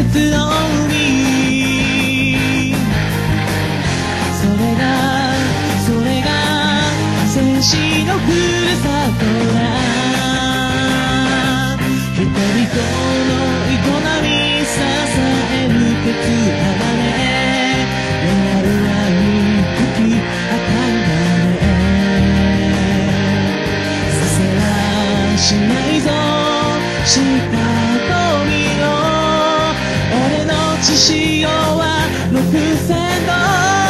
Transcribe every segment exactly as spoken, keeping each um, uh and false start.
鉄道にそれがそれが戦士のふるさとだ人々の営み支える鉄鋼リアルは憎き赤い羽させはしないぞしたとみろ俺の血潮はろくせんど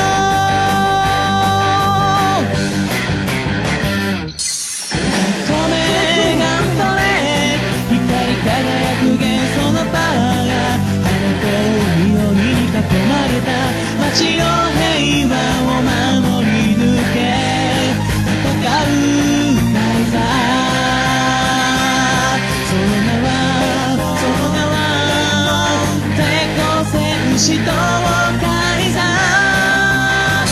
透明がそれ光り輝く元素のパワーが花と緑に囲まれた街の平和を守り抜け戦うカイザーその名はその名は抵抗戦士とカイザー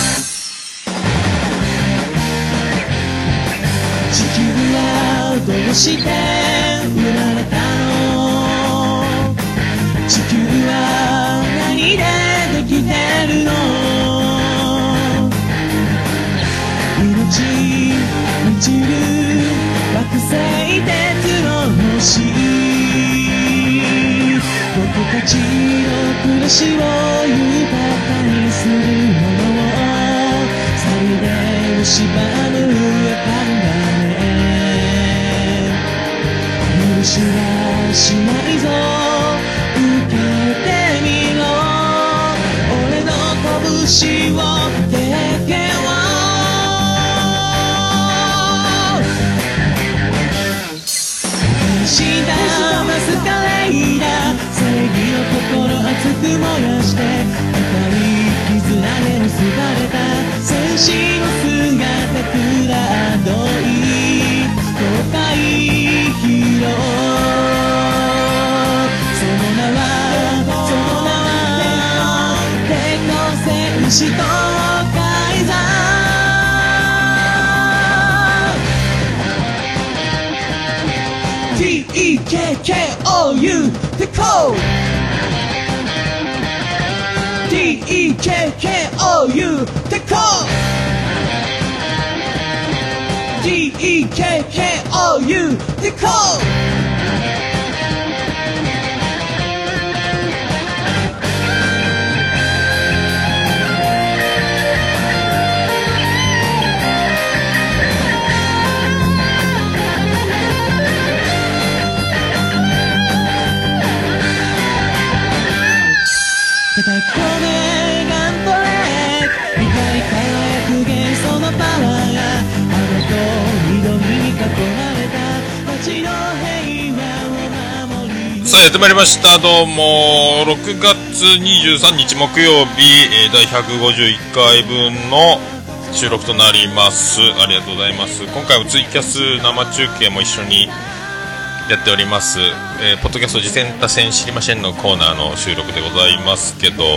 地球はどうして生まれたの地球は何でできてるの命満ちる惑星鉄の星僕たちの暮らしを豊かにするものを錆で蝕む赤だね許しはしないぞ受けてみろ俺の拳を経験を天使だマスカレイダ正義の心熱く燃やして赤い絆で結ばれた戦士の姿くらどい東海ヒーローその名はその名は抵抗戦士とカイザー ティーイーケーケーオーユー テコ ティーイーケーケーオーユー テコ ティーイーケーケーオーユー テコただこれがんとれ光り輝く元素のパワーが青と緑に囲まれた街の平和を守りさあやってまいりましたどうもろくがつにじゅうさんにち木曜日だいひゃくごじゅういっかいぶんの収録となりますありがとうございます今回もツイキャス生中継も一緒にやっております、えー、ポッドキャスト次戦多戦知りませんのコーナーの収録でございますけど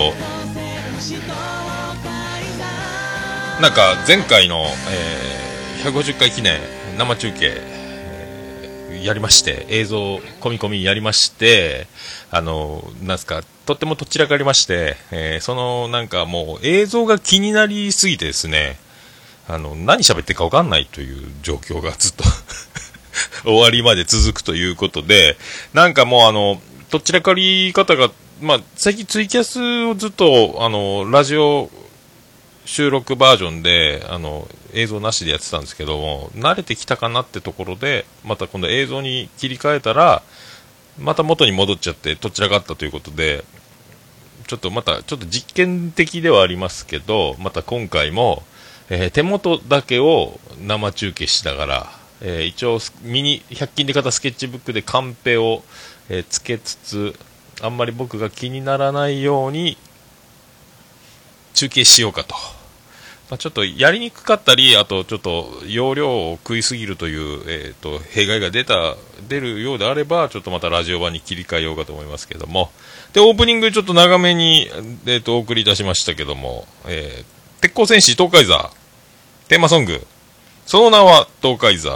なんか前回の、えー、ひゃくごじゅっかい記念生中継、えー、やりまして映像込み込みやりましてあのなんすかとってもとっちらかりまして、えー、そのなんかもう映像が気になりすぎてですねあの何喋ってるか分かんないという状況がずっと終わりまで続くということでなんかもうあのどちらかり方がまあ最近ツイキャスをずっとあのラジオ収録バージョンであの映像なしでやってたんですけども慣れてきたかなってところでまた今度映像に切り替えたらまた元に戻っちゃってどちらかったということでちょっとまたちょっと実験的ではありますけどまた今回も、えー、手元だけを生中継しながらえー、一応ミニひゃく均で買ったスケッチブックでカンペを、えー、つけつつあんまり僕が気にならないように中継しようかと、まあ、ちょっとやりにくかったりあとちょっと容量を食いすぎるという、えー、と弊害が出た出るようであればちょっとまたラジオ版に切り替えようかと思いますけどもでオープニングちょっと長めに、えー、とお送りいたしましたけども、えー、鉄鋼戦士東海座テーマソングその名は東海座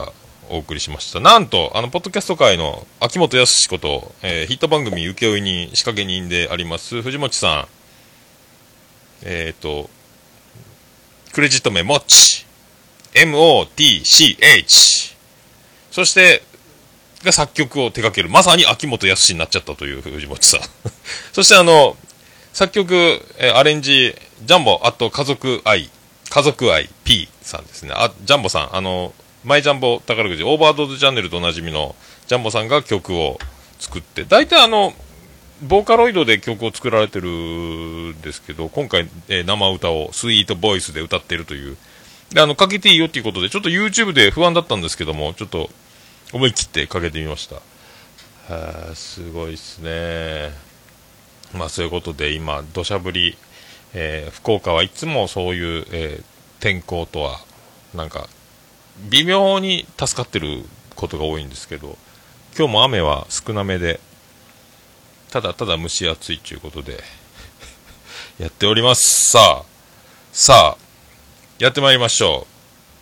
お送りしました。なんと、あの、ポッドキャスト界の秋元康こと、えー、ヒット番組請負人仕掛け人であります、藤本さん。えっ、ー、と、クレジット名、もっち。エムオーティーシーエイチ。そして、が作曲を手掛ける。まさに秋元康になっちゃったという藤本さん。そしてあの、作曲、えー、アレンジ、ジャンボ、あと家族愛、家族愛 P さんですね。あ、ジャンボさん、あの、マイジャンボ宝くじ、オーバードーズチャンネルとおなじみのジャンボさんが曲を作って、大体あの、ボーカロイドで曲を作られてるんですけど、今回、えー、生歌をスイートボイスで歌っているという。で、あの、かけていいよっていうことで、ちょっと YouTube で不安だったんですけども、ちょっと思い切ってかけてみました。はあ、すごいですね。まあそういうことで今、土砂降り、えー、福岡はいつもそういう、えー、天候とは、なんか、微妙に助かってることが多いんですけど、今日も雨は少なめで、ただただ蒸し暑いということでやっております。さあさあやってまいりましょ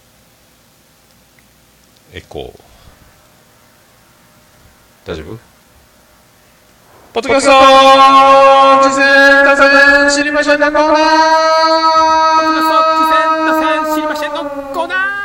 う。エコー大丈夫？ポッドキャスト次戦打線知りませんのコーナー。ポッドキャスト次戦打線知りませんのコーナー。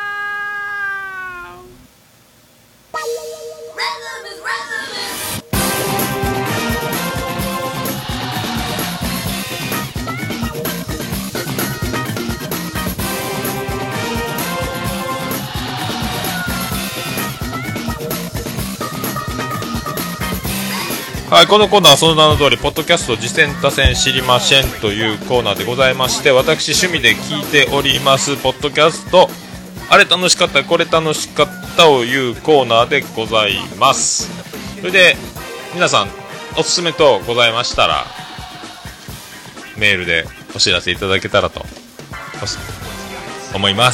はい、このコーナーはその名の通り、ポッドキャスト次戦打線知りませんというコーナーでございまして、私趣味で聞いておりますポッドキャスト、あれ楽しかったこれ楽しかったをいうコーナーでございます。それで皆さんおすすめとございましたらメールでお知らせいただけたらと思います。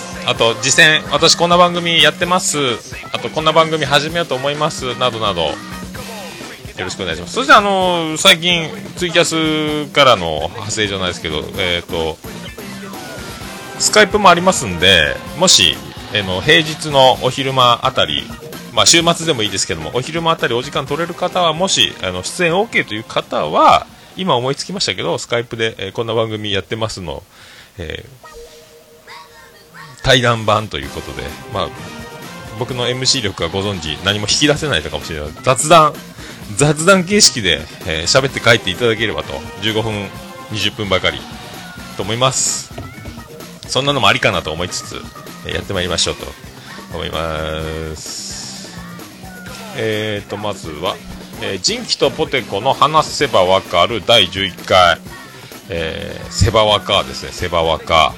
あと次戦、私こんな番組やってます、あとこんな番組始めようと思いますなどなどよろしくお願いします。そしてあのー、最近ツイキャスからの派生じゃないですけど、えっとスカイプもありますんで、もし、えー、の平日のお昼間あたり、まあ週末でもいいですけども、お昼間あたりお時間取れる方は、もしあの出演 OK という方は、今思いつきましたけど、スカイプで、えー、こんな番組やってますの、えー、対談版ということで、まあ僕の エムシー 力はご存知、何も引き出せないのかもしれない。雑談雑談形式でえー、喋って帰っていただければと、じゅうごふんにじゅっぷんばかりと思います。そんなのもありかなと思いつつ、えー、やってまいりましょうと思います。えーとまずは、えー、ジンキとポテコの話せばわかるだいじゅういっかい、えー、セバワカですね。セバワカ、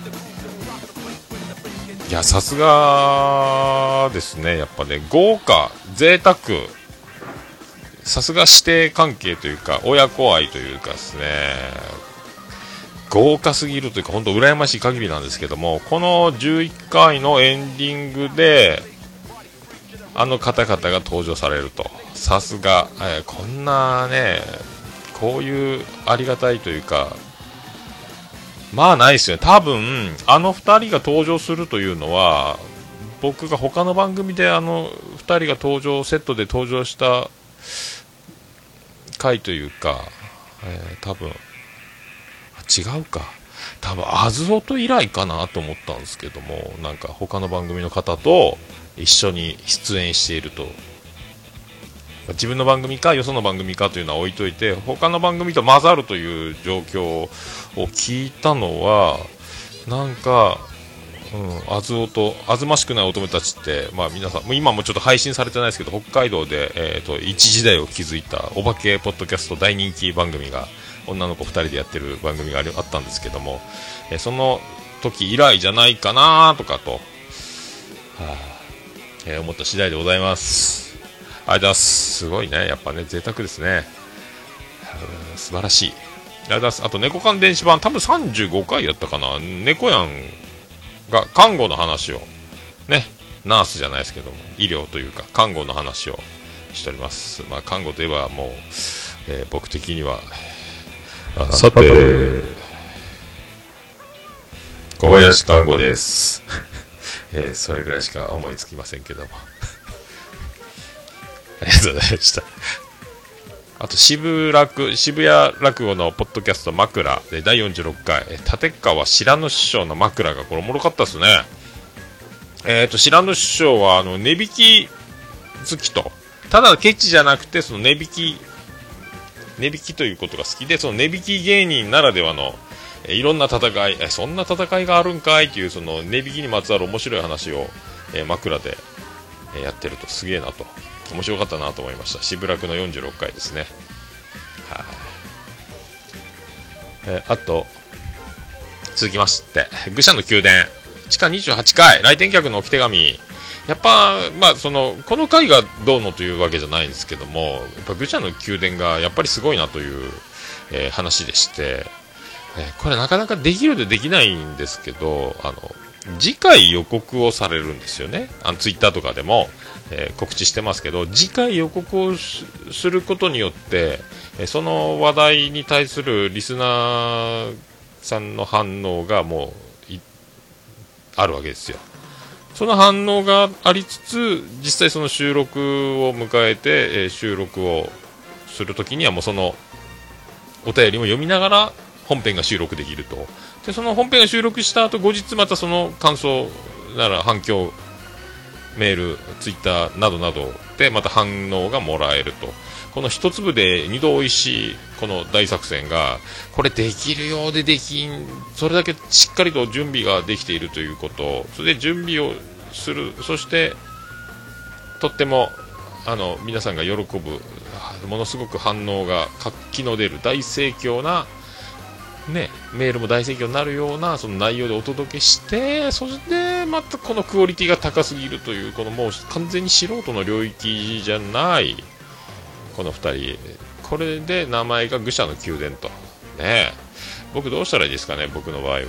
いやさすがですね。やっぱね、豪華贅沢、さすが師弟関係というか親子愛というかですね、豪華すぎるというか本当羨ましい限りなんですけども、このじゅういっかいのエンディングであの方々が登場されると、さすが、えー、こんなね、こういうありがたいというか、まあないですよね。多分あのふたりが登場するというのは、僕が他の番組であのふたりが登場、セットで登場した回というか、えー、多分違うか、多分アズオと以来かなと思ったんですけども、なんか他の番組の方と一緒に出演していると、自分の番組かよその番組かというのは置いといて、他の番組と混ざるという状況を聞いたのは、なんかうん、あずおとあずましくない乙女たちって、まあ、皆さんもう今もちょっと配信されてないですけど、北海道で、えー、と一時代を築いたお化けポッドキャスト大人気番組が、女の子ふたりでやってる番組がありあったんですけども、えー、その時以来じゃないかなとかと、はあえー、思った次第でございます。ありがとうございます。すごいね、やっぱね、贅沢ですね。素晴らしい。ありがとうございます。あと猫缶電子版、多分さんじゅうごかいやったかな、猫やんが看護の話をね、ナースじゃないですけども、医療というか看護の話をしております。まあ看護といえばもう、えー、僕的には、さて小林看護ですえー、それぐらいしか思いつきませんけどもありがとうございました。あと渋落渋谷落語のポッドキャスト枕でだいよんじゅうろっかい立川白野師匠の枕がこれおもろかったですね。えーと白野師匠はあの値引き好きと、ただケチじゃなくてその値引き値引きということが好きで、その値引き芸人ならではのえいろんな戦い、えそんな戦いがあるんかいというその値引きにまつわる面白い話を、えー、枕で、えー、やってるとすげえなと、面白かったなと思いました。渋楽のよんじゅうろっかいですね。はい、えー、あと続きまして愚者の宮殿地下にじゅうはちかい来店客の置き手紙。やっぱ、まあ、そのこの回がどうのというわけじゃないんですけども、やっぱ愚者の宮殿がやっぱりすごいなという、えー、話でして、えー、これなかなかできるでできないんですけど、あの次回予告をされるんですよね。あのツイッターとかでも、えー、告知してますけど、次回予告をすることによって、えー、その話題に対するリスナーさんの反応がもうあるわけですよ。その反応がありつつ、実際その収録を迎えて、えー、収録をするときにはもうそのお便りも読みながら本編が収録できると。でその本編が収録した後、後日またその感想なら反響メール、ツイッターなどなどでまた反応がもらえると。この一粒で二度おいしいこの大作戦がこれできるようでできん、それだけしっかりと準備ができているということ、それで準備をする、そしてとってもあの皆さんが喜ぶ、ものすごく反応が活気の出る大盛況なね、メールも大盛況になるようなその内容でお届けして、そしてまたこのクオリティが高すぎるという、このもう完全に素人の領域じゃないこのふたり、これで名前が愚者の宮殿とね。僕どうしたらいいですかね、僕の場合は。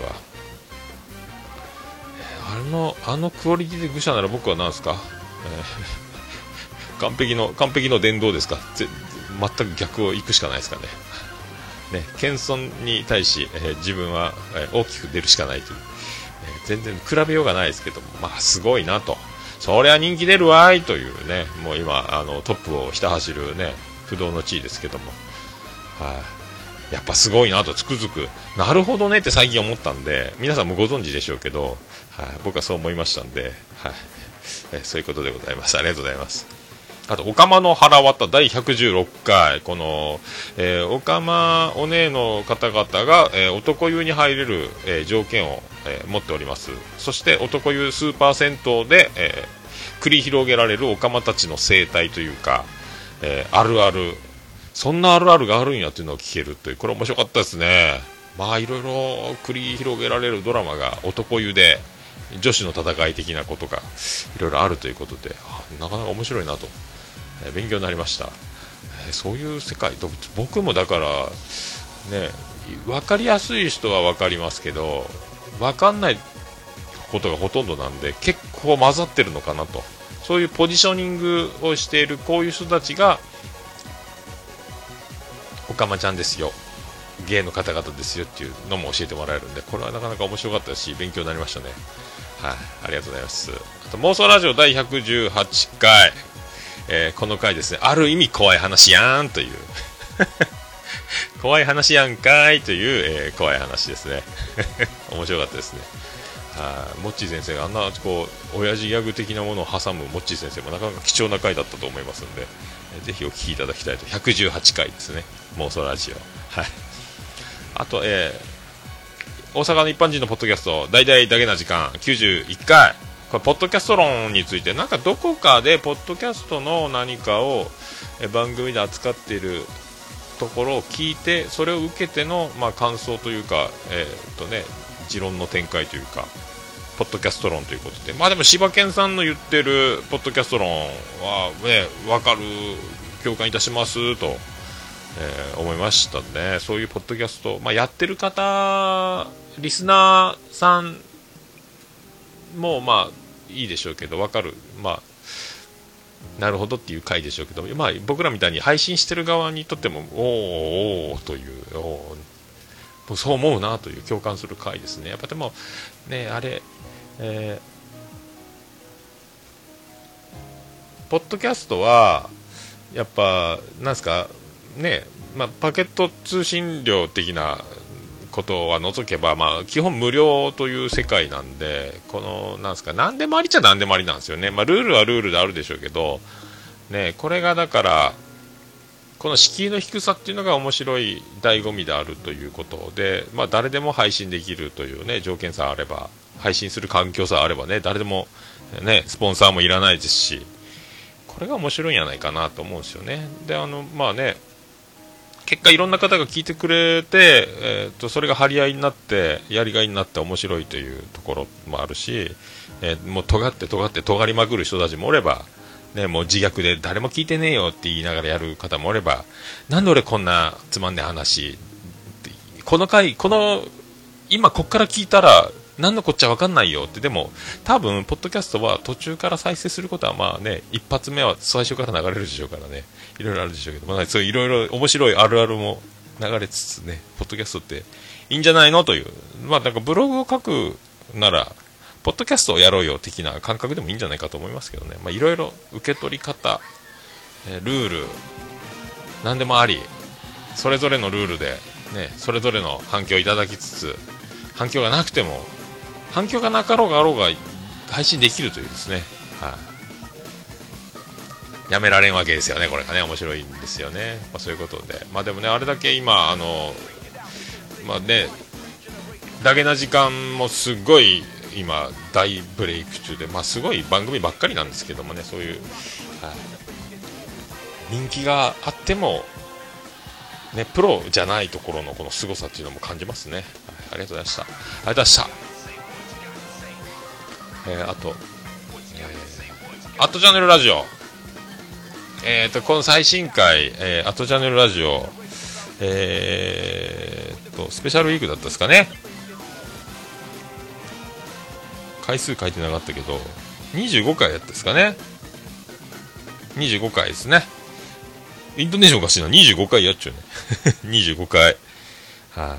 あのあのクオリティで愚者なら僕は何ですか、えー、完璧の完璧の伝道ですか。ぜ全く逆を行くしかないですかね。ね、謙遜に対し、えー、自分は、えー、大きく出るしかないという、えー、全然比べようがないですけども、まあすごいなと、そりゃ人気出るわいというね、もう今あのトップをひた走るね不動の地位ですけども、はい、やっぱすごいなとつくづく、なるほどねって最近思ったんで、皆さんもご存知でしょうけど、はい、僕はそう思いましたんで、はい、えー、そういうことでございます。ありがとうございます。あと、おかまの腹渡だいひゃくじゅうろっかい、この、えー、おかまお姉の方々が、えー、男湯に入れる、えー、条件を、えー、持っております。そして男湯スーパー銭湯で、えー、繰り広げられるおかまたちの生態というか、えー、あるある、そんなあるあるがあるんやっていうのを聞けるという、これ面白かったですね。まあいろいろ繰り広げられるドラマが男湯で女子の戦い的なことがいろいろあるということで、なかなか面白いなと、えー、勉強になりました。えー、そういう世界、僕もだからね、分かりやすい人は分かりますけど、分かんないことがほとんどなんで、結構混ざってるのかなと。そういうポジショニングをしているこういう人たちがおかまちゃんですよ、芸の方々ですよっていうのも教えてもらえるんで、これはなかなか面白かったし勉強になりましたね。はい、ありがとうございます。あと妄想ラジオだいひゃくじゅうはちかい、えー、この回ですね、ある意味怖い話やーんという怖い話やんかいという、えー、怖い話ですね面白かったですね。はモッチー先生があんなこう親父ギャグ的なものを挟むモッチー先生もなかなか貴重な回だったと思いますので、えー、ぜひお聞きいただきたいと。ひゃくじゅうはちかいですね、妄想ラジオ。はい。あと、えー、大阪の一般人のポッドキャスト大々だけな時間きゅうじゅういっかい、これポッドキャスト論について、なんかどこかでポッドキャストの何かをえ番組で扱っているところを聞いて、それを受けての、まあ、感想というか、えーっとね、持論の展開というか、ポッドキャスト論ということで、まあでも柴犬さんの言ってるポッドキャスト論はね、分かる、共感いたしますと、えー、思いましたね。そういうポッドキャスト、まあ、やってる方、リスナーさんもまあいいでしょうけど、分かる、まあなるほどっていう回でしょうけど、まあ、僕らみたいに配信してる側にとってもおーおーという、おーそう思うなという共感する回ですね。やっぱでもね、あれ、えポッドキャストはやっぱなんすかね、まあ、パケット通信料的なことは除けば、まあ、基本無料という世界なんで、このなんすか何でもありっちゃ何でもありなんですよね。まあ、ルールはルールであるでしょうけど、ね、これがだからこの敷居の低さっていうのが面白い醍醐味であるということで、まあ、誰でも配信できるという、ね、条件さえあれば、配信する環境さえあればね、誰でも、ね、スポンサーもいらないですし、これが面白いんじゃないかなと思うんですよね。で、あのまあね、結果いろんな方が聞いてくれて、えー、とそれが張り合いになってやりがいになって面白いというところもあるし、えー、もう尖って尖って尖りまくる人たちもおれば、ね、もう自虐で誰も聞いてねえよって言いながらやる方もおれば、なんで俺こんなつまんねえ話、この回この今こっから聞いたら何のこっちゃ分かんないよって。でも多分ポッドキャストは途中から再生することはまあね、一発目は最初から流れるでしょうからね、いろいろあるでしょうけど、まあ、そういろいろ面白いあるあるも流れつつね、ポッドキャストっていいんじゃないのという、まあなんかブログを書くならポッドキャストをやろうよ的な感覚でもいいんじゃないかと思いますけどね。まあいろいろ受け取り方、えー、ルール何でもあり、それぞれのルールでね、それぞれの反響をいただきつつ、反響がなくても反響がなかろうがあろうが配信できるというですね、はい、やめられんわけですよね。これがね面白いんですよね。まあ、そういうことで、まあでもね、あれだけ今あのまあね、ダゲな時間もすごい今大ブレイク中で、まあすごい番組ばっかりなんですけどもね、そういう、はい、人気があってもね、プロじゃないところのこの凄さっていうのも感じますね。はい、ありがとうございました。ありがとうございました。えー、あと、えー、アットチャンネルラジオ、えーとこの最新回、えー、アットチャンネルラジオ、えーとスペシャルウィークだったですかね。回数書いてなかったけどにじゅうごかいやったですかね。にじゅうごかいですね。イントネーションおかしいな。にじゅうごかいやっちゃうねにじゅうごかい、はあ、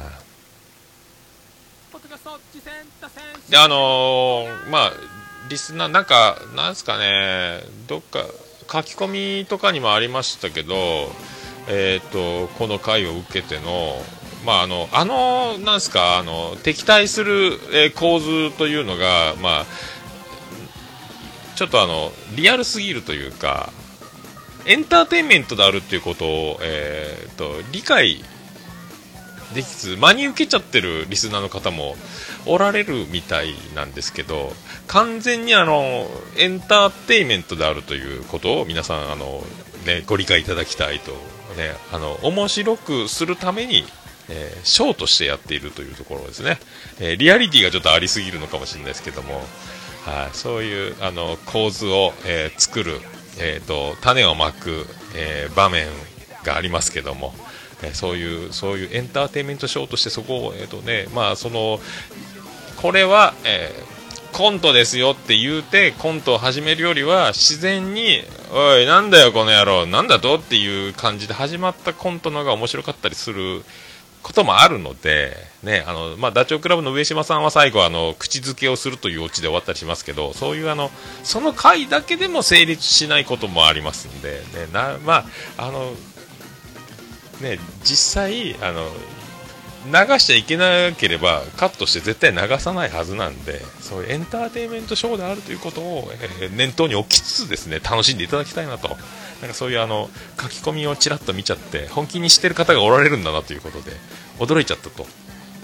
であのー、まあリスナーなんかなんすかね、どっか書き込みとかにもありましたけど、えっとこの回を受けてのまああのあのなんすか、あの敵対する、えー、構図というのがまあちょっとあのリアルすぎるというか、エンターテインメントであるっていうことを、えー、と理解できず真に受けちゃってるリスナーの方もおられるみたいなんですけど、完全にあのエンターテインメントであるということを皆さんあの、ね、ご理解いただきたいと、ね、あの面白くするために、えー、ショーとしてやっているというところですね。えー、リアリティがちょっとありすぎるのかもしれないですけども、はい、そういうあの構図を、えー、作る、えー、と種をまく、えー、場面がありますけども、えー、そういうそういうエンターテインメントショーとしてそこを、えーとね、まあそのこれは、えー、コントですよって言うてコントを始めるよりは自然においなんだよこの野郎なんだとっていう感じで始まったコントの方が面白かったりすることもあるので、ね、あのまあ、ダチョウ倶楽部の上島さんは最後あの口づけをするというオチで終わったりしますけど、そういうあのその回だけでも成立しないこともありますんで、ね、なまああのね、実際あの流しちゃいけなければカットして絶対流さないはずなんで、そういうエンターテインメントショーであるということを、えー、念頭に置きつつですね、楽しんでいただきたいなと、なんかそういうあの書き込みをちらっと見ちゃって本気にしてる方がおられるんだなということで驚いちゃったと、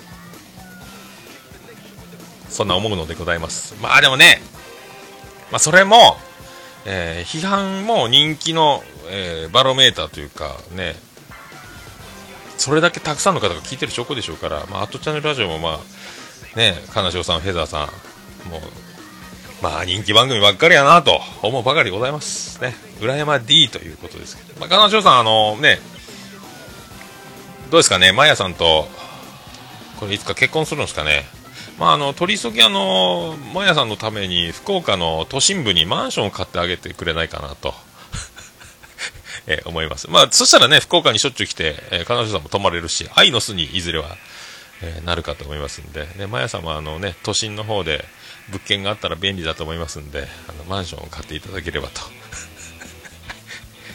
そんな思うのでございます。まあでもね、まあ、それも、えー、批判も人気の、えー、バロメーターというかね、それだけたくさんの方が聞いてる証拠でしょうから、まあ、アットチャンネルラジオもまあね、金城さん、フェザーさんもうまあ人気番組ばっかりやなと思うばかりございますね。裏山 D ということですけど、まあ、金城さんあのね、どうですかね、マヤさんとこれいつか結婚するんですかね。まああの取り急ぎあのマヤさんのために福岡の都心部にマンションを買ってあげてくれないかなとえー、思います。まあそしたらね、福岡にしょっちゅう来て、えー、彼女さんも泊まれるし、愛の巣にいずれは、えー、なるかと思いますんで、ね、マヤさんはあのね、都心の方で物件があったら便利だと思いますんで、あのマンションを買っていただければと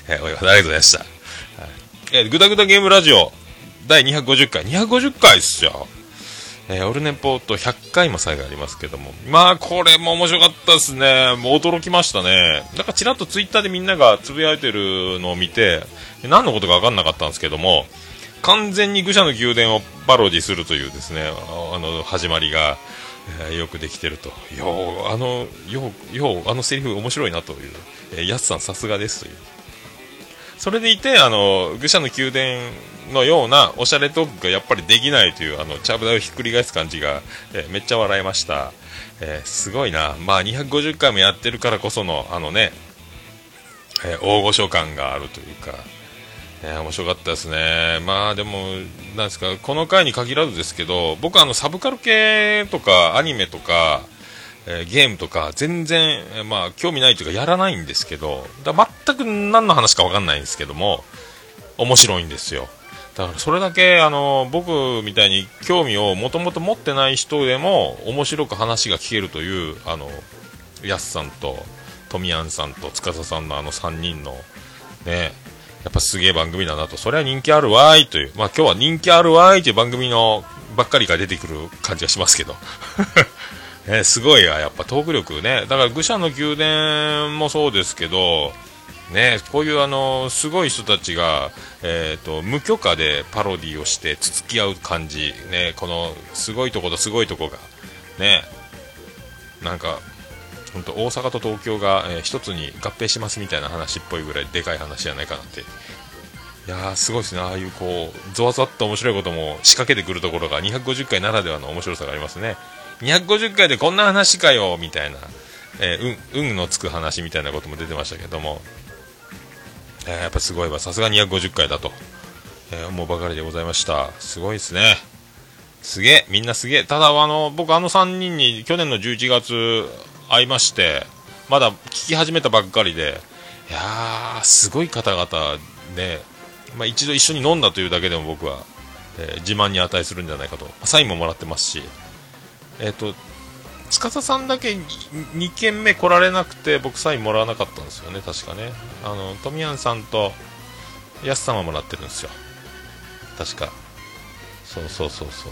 えー、おいありがとうございました。はい、えー、ぐだぐだゲームラジオだいにひゃくごじゅっかいにひゃくごじゅっかいっすよ。えー、オルネポとひゃっかいも最後ありますけども、まあこれも面白かったですね。もう驚きましたね。なんかちらっとツイッターでみんながつぶやいてるのを見て何のことか分かんなかったんですけども、完全に愚者の宮殿をパロディするというですね、あの始まりが、えー、よくできてると。ようあのようようあのセリフ面白いなという、えー、やすさんさすがですという。それでいてあの愚者の宮殿のようなおしゃれトークがやっぱりできないというあのチャブダをひっくり返す感じが、えー、めっちゃ笑いました。えー、すごいな。まあにひゃくごじゅっかいもやってるからこそのあのね、えー、大御所感があるというか、えー、面白かったですね。まあでもなんですか、この回に限らずですけど、僕はあのサブカル系とかアニメとかえー、ゲームとか全然、えーまあ、興味ないというかやらないんですけど、だ全く何の話か分かんないんですけども面白いんですよ。だからそれだけあの僕みたいに興味をもともと持ってない人でも面白く話が聞けるというあのやすさんととみやんさんと司さんのあのさんにんのね、やっぱすげえ番組だなと。それは人気あるわーいという、まあ今日は人気あるわーいという番組のばっかりが出てくる感じがしますけどね、すごいわやっぱトーク力ね。だから愚者の宮殿もそうですけどね、こういうあのすごい人たちが、えーと、無許可でパロディをしてつつき合う感じね、このすごいとことすごいとこがね、なんか本当大阪と東京が、えー、一つに合併しますみたいな話っぽいぐらいでかい話じゃないかなって。いやーすごいですね。ああいうこうゾワゾワっと面白いことも仕掛けてくるところがにひゃくごじゅっかいならではの面白さがありますね。にひゃくごじゅっかいでこんな話かよみたいな、えー、運, 運のつく話みたいなことも出てましたけども、えー、やっぱすごいわ、さすがにひゃくごじゅっかいだと、えー、思うばかりでございました。すごいですね。すげえ、みんなすげえ。ただあの僕あのさんにんに去年のじゅういちがつ会いまして、まだ聞き始めたばっかりで、いやーすごい方々ね、まあ、一度一緒に飲んだというだけでも僕は、えー、自慢に値するんじゃないかと。サインももらってますし、えっ、ー、と司さんだけにけんめ来られなくて僕サインもらわなかったんですよね、確かね。あのトミヤンさんとヤスさんはもらってるんですよ、確か。そうそうそうそう。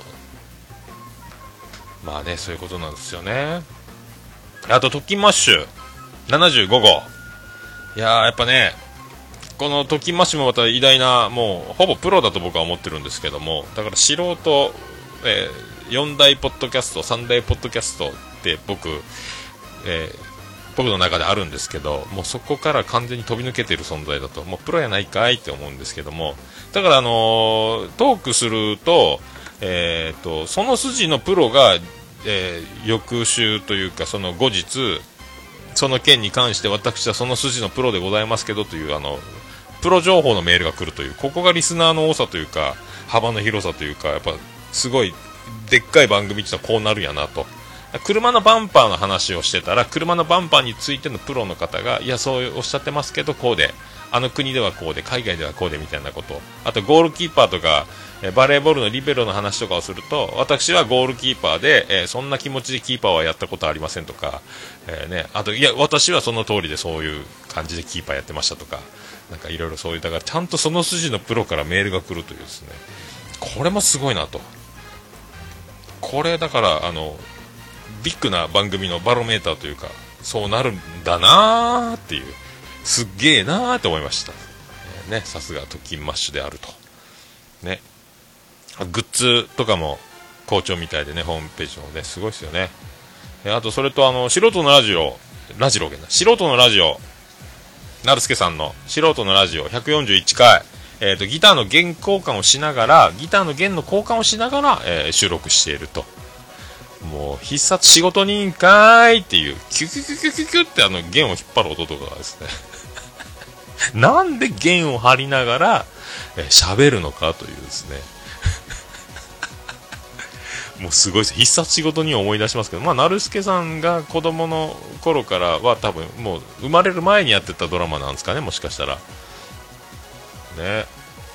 まあね、そういうことなんですよね。あと特勤マッシュななじゅうごごう、いやーやっぱね、この特勤マッシュもまた偉大な、もうほぼプロだと僕は思ってるんですけども、だから素人、えー、よん大ポッドキャストさん大ポッドキャストって僕、えー、僕の中であるんですけど、もうそこから完全に飛び抜けている存在だと、もうプロやないかいって思うんですけども、だからあのー、トークすると、えー、とその筋のプロが、えー、翌週というかその後日その件に関して私はその筋のプロでございますけどというあのプロ情報のメールが来るという、ここがリスナーの多さというか幅の広さというか、やっぱすごいでっかい番組ってのはこうなるんやなと。車のバンパーの話をしてたら車のバンパーについてのプロの方が、いやそうおっしゃってますけどこうで、あの国ではこうで海外ではこうでみたいなこと、あとゴールキーパーとかバレーボールのリベロの話とかをすると、私はゴールキーパーで、えー、そんな気持ちでキーパーはやったことありませんとか、えーね、あといや私はその通りでそういう感じでキーパーやってましたとか、なんかいろいろそういう、だからちゃんとその筋のプロからメールが来るというですね、これもすごいなと。これだからあのビッグな番組のバロメーターというか、そうなるんだなーっていう、すっげーなーって思いました、えー、ね、さすが特勤マッシュであるとね。グッズとかも好調みたいでね、ホームページのね、すごいですよね。えー、あとそれとあの素人のラジオラジロゲな素人のラジオなるすけさんの素人のラジオひゃくよんじゅういっかい、えー、とギターの弦交換をしながらギターの弦の交換をしながら、えー、収録していると。もう必殺仕事人かーいっていうキュキュキュキュキュキュってあの弦を引っ張る音とかですねなんで弦を張りながら喋、えー、るのかというですねもうすごいです。必殺仕事に思い出しますけど、まあ成助さんが子供の頃からは多分もう生まれる前にやってたドラマなんですかね、もしかしたらね。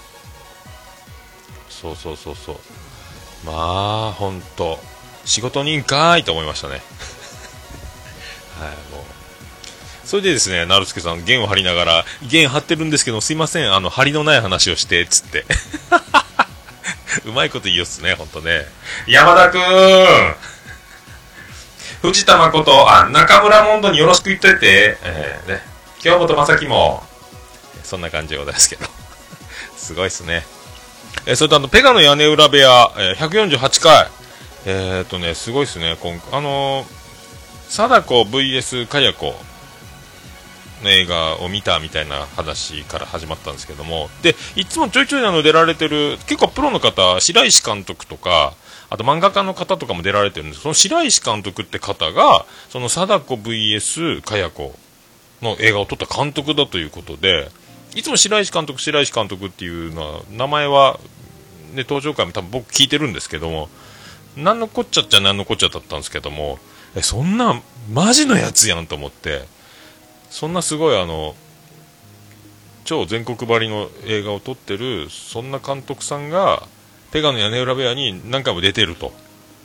そうそうそうそう、まあ本当仕事人かーいと思いましたねはい、もうそれでですね、なるすけさん弦を張りながら、弦張ってるんですけどすいません、あの張りのない話をしてつってうまいこと言いよっすね、ほんとね。山田くーん、藤田誠、あ、中村モンドによろしく言っといて、えーね、京本正樹もそんな感じでございますけどすごいっすね。えー、それとあのペガの屋根裏部屋、えー、ひゃくよんじゅうはちかい、えーっとねすごいっすね。今あのー、貞子 ブイエス かや子の映画を見たみたいな話から始まったんですけども、でいつもちょいちょいあの出られてる結構プロの方、白石監督とかあと漫画家の方とかも出られてるんです。その白石監督って方がその貞子 ブイエス かや子の映画を撮った監督だということで、いつも白石監督白石監督っていうのは名前は、ね、登場回も多分僕聞いてるんですけども、何のこっちゃっちゃ何のこっちゃだったんですけども、えそんなマジのやつやんと思って、そんなすごいあの超全国張りの映画を撮ってるそんな監督さんがペガの屋根裏部屋に何回も出てると、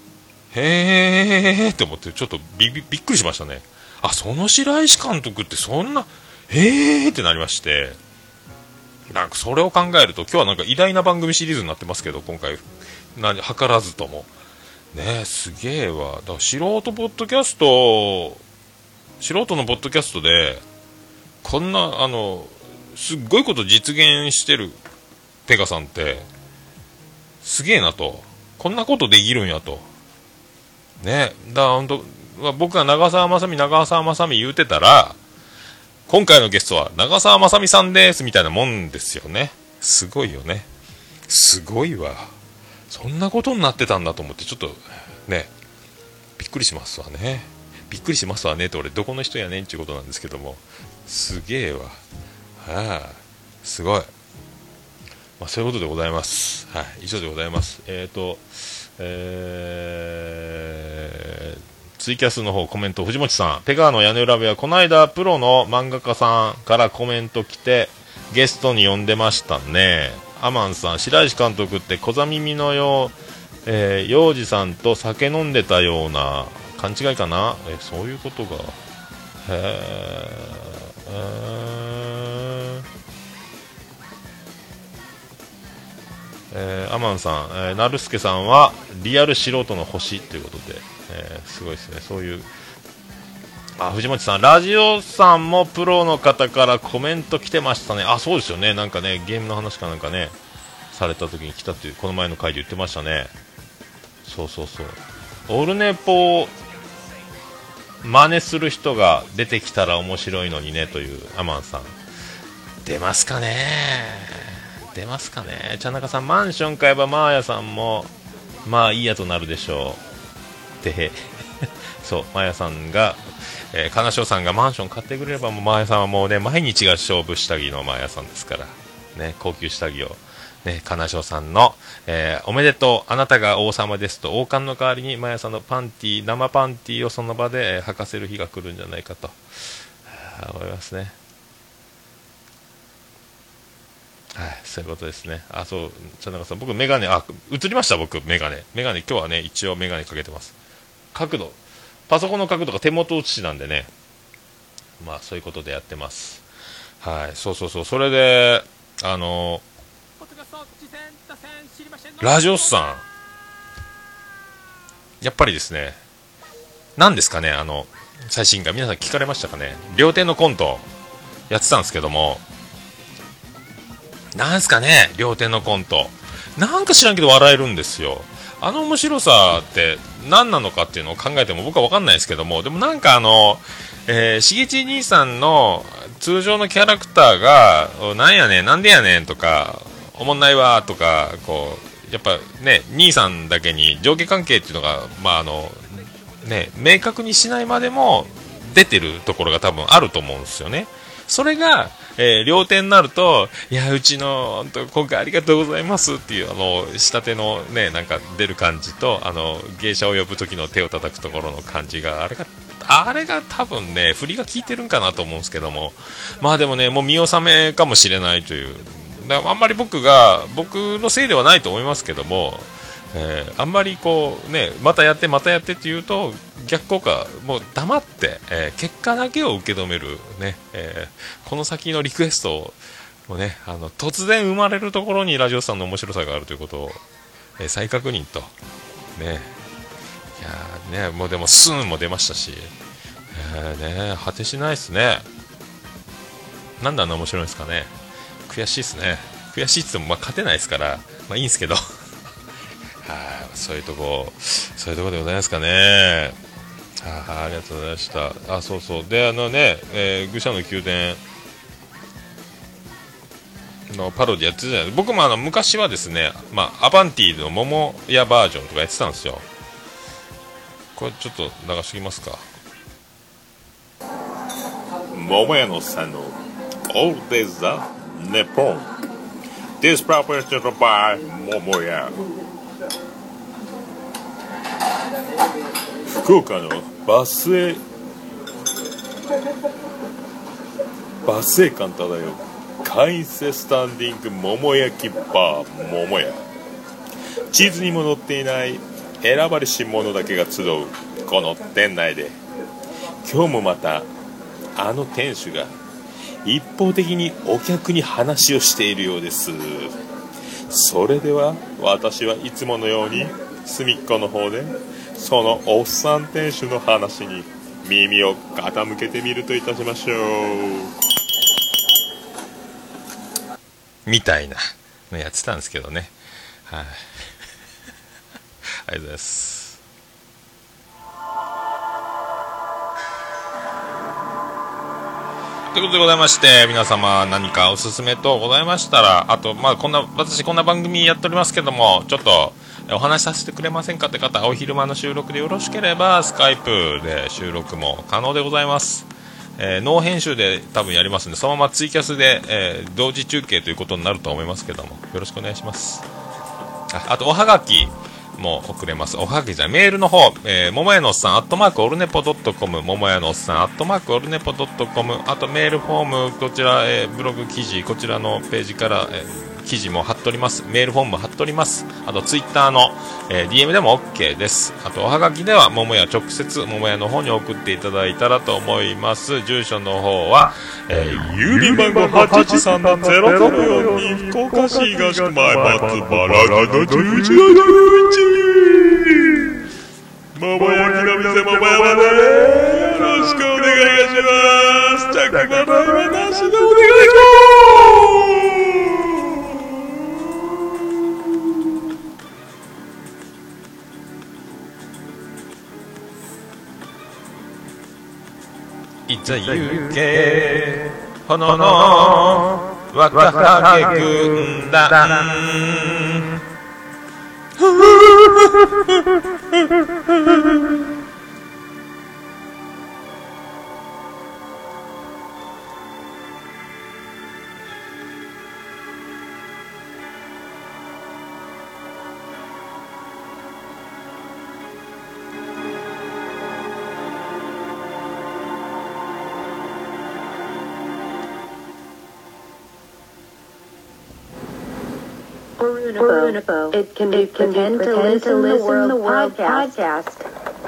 へーって思ってちょっと び, び, びっくりしましたね。あ、その白石監督ってそんなへーってなりまして、なんかそれを考えると今日はなんか偉大な番組シリーズになってますけど、今回何図らずともね、すげえわ。だから素人ポッドキャスト素人のポッドキャストでこんなあのすっごいこと実現してるペガさんってすげえなと、こんなことできるんやとね。だから本当僕が長澤まさみ長澤まさみ言うてたら、今回のゲストは長澤まさみさんですみたいなもんですよね。すごいよね、すごいわ。そんなことになってたんだと思ってちょっとねびっくりしますわね。びっくりしますわねって俺どこの人やねんっていうことなんですけども、すげえわ、はあ、すごい、まあ、そういうことでございます。はい、以上でございます。えーとえー、ツイキャスの方コメント、藤本さん、ペガーの屋根裏部屋、この間プロの漫画家さんからコメント来てゲストに呼んでましたね。アマンさん、白石監督って小座耳のよう、えー、幼児さんと酒飲んでたような勘違いかな、えそういうことが、へー、えー、アマンさん、えー、なるすけさんはリアル素人の星ということで、えー、すごいですね。そういう、あ、藤本さん、ラジオさんもプロの方からコメント来てましたね。あ、そうですよね、なんかねゲームの話かなんかねされた時に来たっていうこの前の回で言ってましたね。そうそうそう、オルネポ真似する人が出てきたら面白いのにねというアマンさん、出ますかね出ますかね。茶中さん、マンション買えばマーヤさんもまあいいやとなるでしょうでそうマーヤさんが、えー、金賞さんがマンション買ってくれればもうマーヤさんはもうね毎日が勝負下着のマーヤさんですからね、高級下着をね、金賞さんの、えー、おめでとうあなたが王様ですと王冠の代わりにマヤさんのパンティ生パンティをその場で、えー、履かせる日が来るんじゃないかと思いますね。はい、そういうことですね。あ、そう、茶中さん、僕メガネ、あ、映りました僕メガネメガネ今日はね一応メガネかけてます。角度、パソコンの角度が手元写しなんでね、まあそういうことでやってます。はい、そうそうそう、それであのーラジオスさん、やっぱりですね、何ですかね、あの最新回皆さん聞かれましたかね。両手のコントやってたんですけども、なんすかね、両手のコントなんか知らんけど笑えるんですよ。あの面白さって何なのかっていうのを考えても僕は分かんないですけども、でもなんかあの、えー、しげち兄さんの通常のキャラクターがなんやねんなんでやねんとかおもんないわとか、こうやっぱね兄さんだけに上下関係っていうのがまああのね明確にしないまでも出てるところが多分あると思うんですよね。それが、えー、両手になると、いやうちの本当今回ありがとうございますっていうあの下手のねなんか出る感じと、あの芸者を呼ぶ時の手を叩くところの感じがあれがあれが多分ね振りが効いてるんかなと思うんですけども、まあでもねもう見納めかもしれないという。だからあんまり僕が僕のせいではないと思いますけども、 えー、あんまりこうねまたやってまたやってって言うと逆効果、もう黙って、えー、結果だけを受け止めるね、えー、この先のリクエストをね、あの突然生まれるところにラジオさんの面白さがあるということを、えー、再確認とね、いやーね、もうでもスーンも出ましたし、えー、ね、果てしないですね。なんであんな面白いんですかね。悔しいですね。悔しいって言ってもまあ勝てないですから、まあいいんですけどはい、そういうとこそういうとこでございますかね。あ, ありがとうございました。あ、そうそうで、あのね、えー、愚者の宮殿のパロディやってたじゃない。僕もあの昔はですね、まあ、アバンティの桃屋バージョンとかやってたんですよ。これちょっと流してきますか。桃屋のさんのオールデイズ・ザ・ネポン This property by 桃屋、福岡のバスへバスへ感漂う会員制スタンディング桃焼きバー桃屋、地図にも載っていない選ばれし者だけが集うこの店内で、今日もまたあの店主が一方的にお客に話をしているようです。それでは私はいつものように隅っこの方でそのおっさん店主の話に耳を傾けてみるといたしましょう、みたいなのやってたんですけどね。はい、ありがとうございます。ということでございまして、皆様何かおすすめ等ございましたら、あと、まあこんな私こんな番組やっておりますけども、ちょっとお話しさせてくれませんかって方、お昼間の収録でよろしければスカイプで収録も可能でございます。えー、ノー編集で多分やりますんで、そのままツイキャスで、えー、同時中継ということになると思いますけども、よろしくお願いします。 あ, あとおはがきも送れます。おはがきじゃメールの方、えー、ももやのおっさんアットマークオルネポドットコム、ももやのおっさんアットマークオルネポドットコム、あとメールフォーム、こちら、えー、ブログ記事、こちらのページから、えー、記事も貼っております。メールフォームも貼っております。あとツイッターの、えー、ディーエム でも OK です。あとおはがきではももや直接ももやの方に送っていただいたらと思います。住所の方は、えー、郵便番号 はちいちさんゼロゼロよんに 福岡市東区前松原のじゅういちのじゅういち、桃焼きの店桃山でよろしくお願いします。着払いはなしでお願いします。いざ行け炎の若葉軍団 Orunipo. It can be pretend to listen to the world podcast.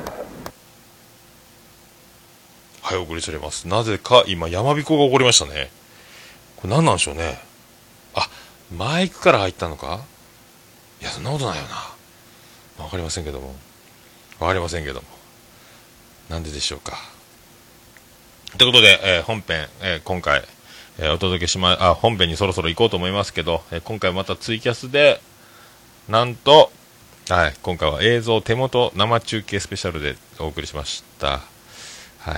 はい、お送りされます。なぜか今山彦が起こりましたね。これ何なんでしょうね。あ、マイクから入ったのか。いや、そんなことないよな。わかりませんけどもわかりませんけどもなんででしょうか。ということで、えー、本編、えー、今回えー、お届けしまあ本編にそろそろ行こうと思いますけど、えー、今回またツイキャスでなんと、はい、今回は映像手元生中継スペシャルでお送りしました。はい、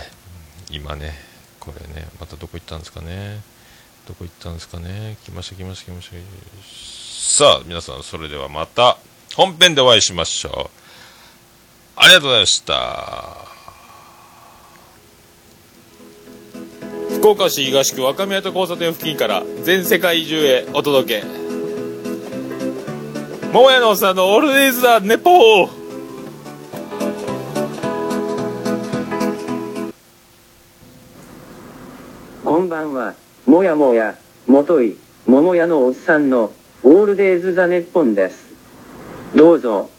今ねこれねまたどこ行ったんですかねどこ行ったんですかね来ました来ました来ましたさあ皆さん、それではまた本編でお会いしましょう。ありがとうございました。福岡市東区若宮と交差点付近から全世界中へお届け、桃屋のおっさんのオールデイズ・ザ・ネポー。 こんばんは。もやもやもとい桃屋のおっさんのオールデイズ・ザ・ネッポンです。どうぞ